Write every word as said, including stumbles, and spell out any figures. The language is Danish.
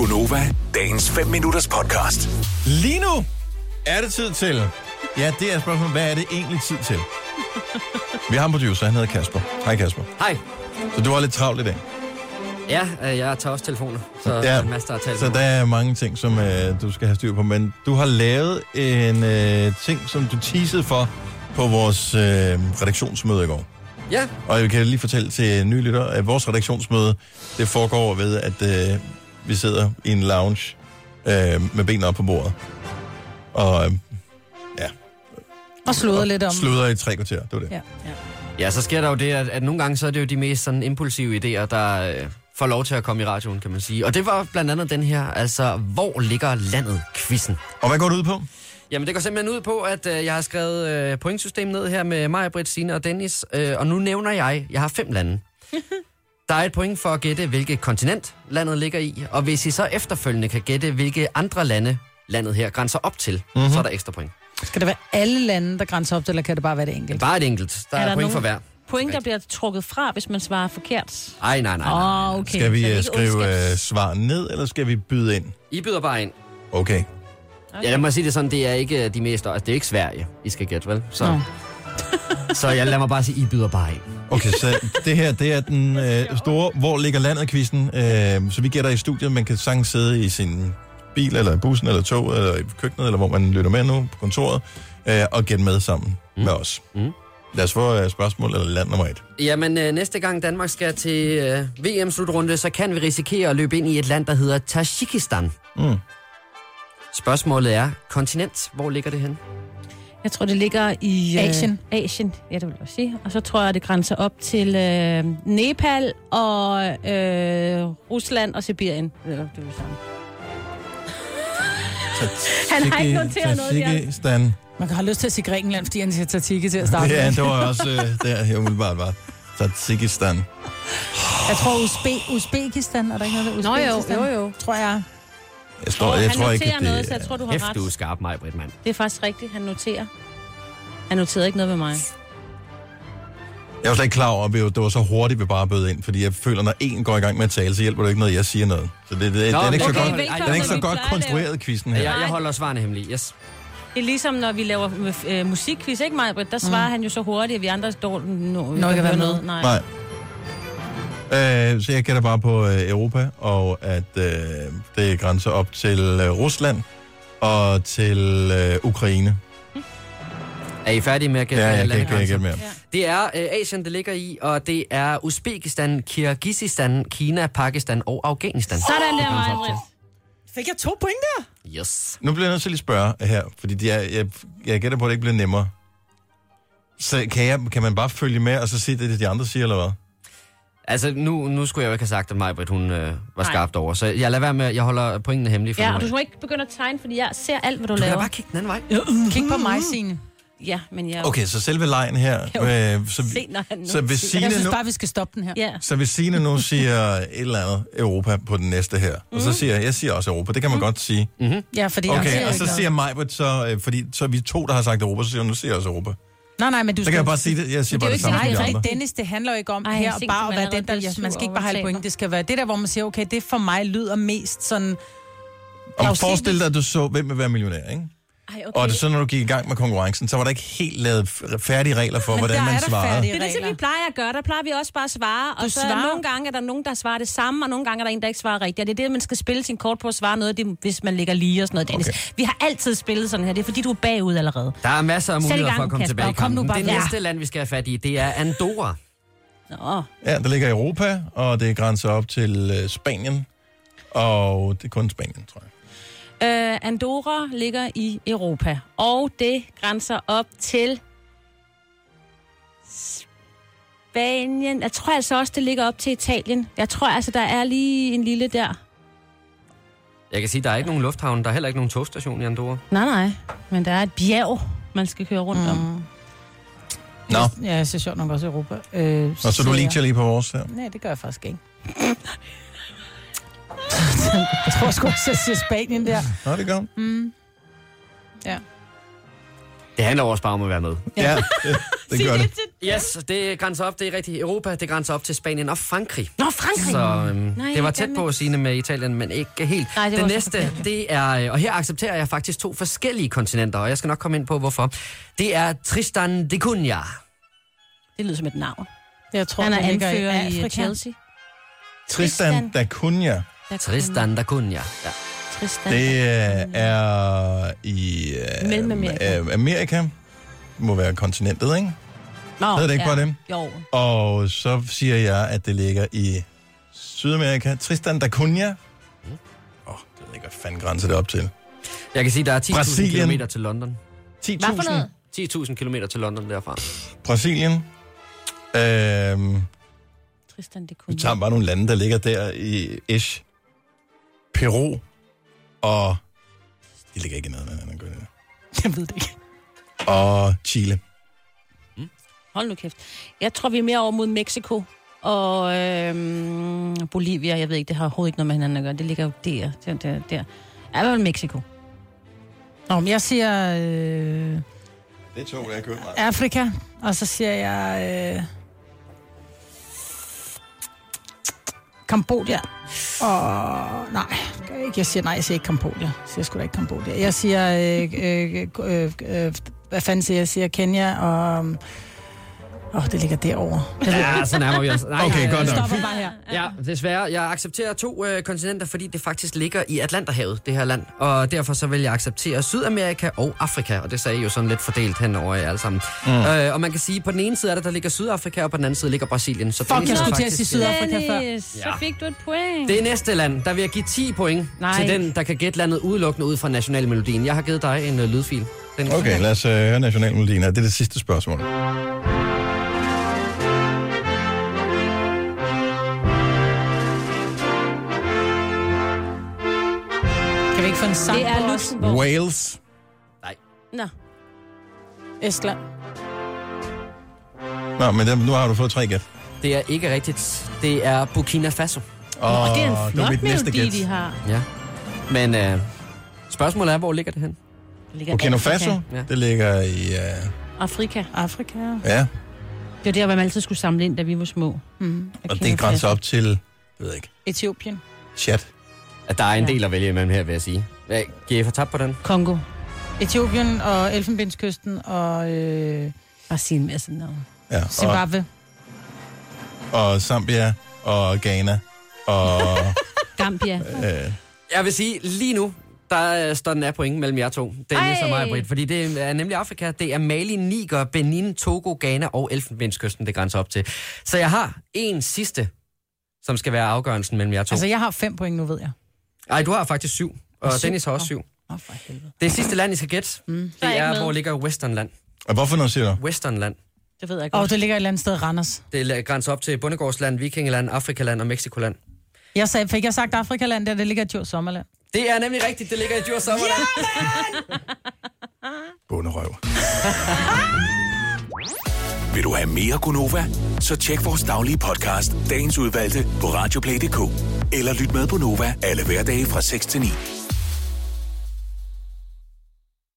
Gunova, dagens fem minutters podcast. Lige nu er det tid til... Ja, det er spørgsmålet, hvad er det egentlig tid til? Vi har en producer, han hedder Kasper. Hej Kasper. Hej. Så du har lidt travlt i dag? Ja, jeg tager også telefoner, så ja, der er en masse, der har så der er mange ting, som øh, du skal have styr på. Men du har lavet en øh, ting, som du teasede for på vores øh, redaktionsmøde i går. Ja. Og jeg kan lige fortælle til nye lytter, at vores redaktionsmøde, det foregår ved, at øh, vi sidder i en lounge øh, med benene op på bordet. Og øh, ja. Og sludrer lidt om. Sludrer i tre kvarter, det var det. Ja, ja. Ja, så sker der jo det, at, at nogle gange så er det jo de mest sådan impulsive idéer, der øh, får lov til at komme i radioen, kan man sige. Og det var blandt andet den her, altså, hvor ligger landet-quizzen? Og hvad går det ud på? Jamen, det går simpelthen ud på, at øh, jeg har skrevet øh, pointsystem ned her med mig, Britt, Signe og Dennis. Øh, og nu nævner jeg, jeg har fem lande. Der er et point for at gætte, hvilket kontinent landet ligger i. Og hvis I så efterfølgende kan gætte, hvilke andre lande landet her grænser op til, mm-hmm. så er der ekstra point. Skal det være alle lande, der grænser op til, eller kan det bare være det enkelt? Bare et enkelt. Der er, er der point for hver. Point, der bliver trukket fra, hvis man svarer forkert? Ej, nej, nej. nej. Oh, okay. Skal vi uh, skrive uh, svar ned, eller skal vi byde ind? I byder bare ind. Okay. Okay. Ja, lad mig sige det sådan, det er ikke de mest... Altså, det er ikke Sverige, I skal gætte, vel? Så, no. så jeg lader mig bare sige, I byder bare ind. Okay, så det her, det er den øh, store, hvor ligger landet-quizzen. Øh, så vi gætter i studiet, man kan sagtens sidde i sin bil, eller i bussen, eller tog, eller i køkkenet, eller hvor man lytter med nu på kontoret, øh, og gætte med sammen mm. med os. Mm. Lad os få uh, spørgsmål, eller land nummer et. Jamen, øh, næste gang Danmark skal til øh, V M-slutrunde, så kan vi risikere at løbe ind i et land, der hedder Tajikistan. Mm. Spørgsmålet er, kontinent, hvor ligger det hen? Jeg tror, det ligger i... Øh, Asien. Asien, ja, det vil jeg sige. Og så tror jeg, det grænser op til øh, Nepal og øh, Rusland og Sibirien. Det er det samme. Han har ikke noteret noget, Tajikistan. Man kan have lyst til at sige Grækenland, fordi han siger Tatiki til at starte. Ja, det var også øh, der, jeg umiddelbart var. Tajikistan. Jeg tror, Uzbe- Uzbekistan, er der ikke noget der? Nå jo, Uzbekistan? jo, jo. Tror jeg. Jeg, står, jeg han tror ikke, noterer det noget, så jeg tror, du har Hæft, ret. du er skarp, mig, Britt, mand. Det er faktisk rigtigt, han noterer. Han noterede ikke noget med mig. Jeg var slet ikke klar over, at det var så hurtigt, vi bare bød ind, fordi jeg føler, når en går i gang med at tale, så hjælper det ikke noget, jeg siger noget. Så det, det, Nå, den er ikke okay, så godt, okay, den er ikke så godt konstrueret, quizzen her. Jeg, jeg holder svarene hemmelige, yes. Det er ligesom, når vi laver øh, musikquiz, ikke mig, Britt? Der svarer mm. han jo så hurtigt, at vi andre står... Nå, Nå, kan være med. Nej. Nej. Øh, så jeg gætter bare på øh, Europa, og at øh, det grænser op til øh, Rusland og til øh, Ukraine. Mm. Er I færdige med at gætte? Ja, jeg kan ikke gætte mere. Ja. Det er øh, Asien, det ligger i, og det er Uzbekistan, Kirgisistan, Kina, Pakistan og Afghanistan. Sådan der, mig, Britt. Fik jeg to point der? Yes. Nu bliver jeg nødt til at lige spørge her, fordi de er, jeg, jeg gætter på, at det ikke bliver nemmere. Så kan, jeg, kan man bare følge med, og så sige det, de andre siger, eller hvad? Altså, nu, nu skulle jeg jo ikke have sagt, at Maj-Britt, hun øh, var skarpt over. Så jeg lader være med, jeg holder pointene hemmelige for Ja, nu. og du må ikke begynde at tegne, fordi jeg ser alt, hvad du, du laver. Du kan bare kigge den anden vej. Kig på mig, Signe. Ja, men jeg... Okay, så selve lejen her... Øh, så, Se, når han nu så hvis siger- Signe Jeg synes nu, bare, vi skal stoppe den her. Ja. så hvis Signe nu siger et eller andet Europa på den næste her, mm. og så siger jeg, jeg siger også Europa, det kan man mm. godt sige. Mm-hmm. Ja, fordi jeg Okay, siger og ikke så noget. siger Majbert, så, øh, fordi så er vi to, der har sagt Europa, så siger hun, nu siger jeg også Europa. Nej, nej, men du Så skal... kan jeg bare sige det, jeg siger det er bare jo det ikke samme som nej, de for andre. ikke Dennis, det handler jo ikke om Ej, her jeg bare at tænkte, være man den, der... allerede Man skal ikke bare have overtaler. point. Det skal være det der, hvor man siger, okay, det for mig lyder mest sådan... Og forestil dig, at du så, hvem vil være millionær, ikke? Ej, okay. Og det, så når du gik i gang med konkurrencen, så var der ikke helt lavet f- færdige regler for, Men hvordan der man er der svarede. færdige Det er det, som vi plejer at gøre. Der plejer vi også bare at svare. Og Du så svarer. nogle gange er der nogen, der svarer det samme, og nogle gange er der en, der ikke svarer rigtigt. Og det er det, man skal spille sin kort på at svare noget, det, hvis man ligger lige og sådan noget. Dennis. Okay. Vi har altid spillet sådan her. Det er fordi, du er bagud allerede. Der er masser af muligheder gang, for at komme Kasper, tilbage i og kom nu kampen. bare Det med. næste land, vi skal have fat i, det er Andorra. Nå. Ja, der ligger i Europa, og det grænser op til øh, Spanien. Og det er kun Spanien, tror jeg. Uh, Andorra ligger i Europa, og det grænser op til Spanien. Jeg tror altså også, det ligger op til Italien. Jeg tror altså, der er lige en lille der. Jeg kan sige, der er ikke nogen lufthavn, der er heller ikke nogen togstation i Andorra. Nej, nej, men der er et bjerg, man skal køre rundt mm. om. Nå, Ja, jeg ser sjovt nok også i Europa. Øh, og så du lige lige på vores her. Nej, det gør jeg faktisk ikke. Jeg tror sgu også, jeg siger Spanien der. Nå, det gør hun. Mm. Ja. Det handler også bare om at være med. Ja, Det gør det. Yes, det grænser op, det er rigtigt. Europa, det grænser op til Spanien og Frankrig. Nå, Frankrig! Så øhm, Nej, det var jeg tæt kan på at sige med Italien, men ikke helt. Nej, det det var så næste, forkert. det er, øh, og her accepterer jeg faktisk to forskellige kontinenter, og jeg skal nok komme ind på, hvorfor. Det er Tristan da Cunha. Det lyder som et navn. Jeg tror, Han er det ligger anfører i, Afrika. i Chelsea. Tristan da Cunha. Tristan da Cunha, ja. Tristan. Det øh, er i øh, Mellemamerika. øh, Amerika. Det må være kontinentet, ikke? Nå, Hedder det ikke bare det? Jo. Og så siger jeg, at det ligger i Sydamerika. Tristan da Cunha. Åh, oh, det ved jeg ikke, hvad fanden grænser det op til. Jeg kan sige, der er ti tusind Brasilien. kilometer til London. ti Hvad for tusind. noget? ti tusind kilometer til London derfra. Brasilien. Øhm, Tristan da vi Cunha. tager bare nogle lande, der ligger der i ish. Peru og... De ligger ikke i noget, man gør det. Jeg ved det ikke. Og Chile. Hold nu kæft. Jeg tror, vi er mere over mod Mexico og øhm, Bolivia. Jeg ved ikke, det har overhovedet ikke noget med hinanden at gøre. Det ligger jo der, der, der. der. Er vel Mexico? Nå, men jeg siger øh, Det er to, der har købt meget. Afrika, og så siger jeg øh, Kambodja. Og nej, ikke. Jeg siger nej, jeg siger ikke Kambodja. Jeg siger sgu da ikke Kambodja. Jeg siger, øh, øh, øh, øh, hvad fanden siger jeg? Jeg siger Kenya og... Åh, oh, det ligger derovre. Ja, så nærmer vi os. Nej, Okay, øh, godt nok. Stopper bare her. Ja, desværre. Jeg accepterer to øh, kontinenter, fordi det faktisk ligger i Atlanterhavet, det her land. Og derfor så vil jeg acceptere Sydamerika og Afrika, og det sagde I jo sådan lidt fordelt henover jer alle sammen. Mm. Øh, og man kan sige, på den ene side er der, der ligger Sydafrika, og på den anden side ligger Brasilien. Så Fuck, Dennis jeg er skulle til at faktisk- sige Sydafrika før. Dennis, så Ja. fik du et point. Det er næste land, der vil jeg give ti point Nej. til den, der kan gætte landet udelukkende ud fra nationalmelodien. Jeg har givet dig en uh, lydfil. Den Okay, lad os uh, høre nationalmelodien. Det er det sidste spørgsmål. Kan vi ikke få en sang Det på er os? Luxembourg. Wales. Nå. Estland. Nå, men dem, nu har du fået tre gæt. Det er ikke rigtigt. Det er Burkina Faso. Og Og det er en var flot mit næste melodi, gæt. de har. Ja. Men øh, spørgsmålet er, hvor ligger det hen? Det ligger Burkina Afrika. Faso, Ja. det ligger i... Uh, Afrika. Afrika. ja, Det var der, hvor man altid skulle samle ind, da vi var små. Mm. og det grænser op til... Jeg ved ikke. Etiopien. Chat. At der er en Ja. del at vælge imellem her, vil jeg sige. Hvad, giver I for tab på den? Kongo. Etiopien og Elfenbenskysten og øh, Bare sige en masse navn. Ja, og, Zimbabwe. og Zambia og Ghana og... Gambia. øh, Jeg vil sige, lige nu, der øh, står den af point mellem jer to. Dennis Ej. og mig, Britt. Fordi det er nemlig Afrika. Det er Mali, Niger, Benin, Togo, Ghana og Elfenbenskysten, det grænser op til. Så jeg har en sidste, som skal være afgørelsen mellem jer to. Altså, jeg har fem point nu, ved jeg. Ej, du har faktisk syv. Og Syv? Dennis har også syv. Åh, oh, for helvede. Det sidste land, I skal gætte, mm. Der er det ikke er, med. hvor ligger Westernland. og hvorfor noget siger du? Westernland. Det ved jeg Og godt. det ligger et eller andet sted i Randers. Det grænser op til Bondegårdsland, Vikingeland, Afrikaland og Mexicoland. Jeg sagde, fik jeg sagt Afrikaland, der det ligger i Djurs Sommerland. Det er nemlig rigtigt, det ligger i Djurs Sommerland. Bonderøv. Vil du have mere Gunova? Så tjek vores daglige podcast, dagens udvalgte, på radioplay punktum d k. Eller lyt med på Nova alle hverdage fra seks til ni.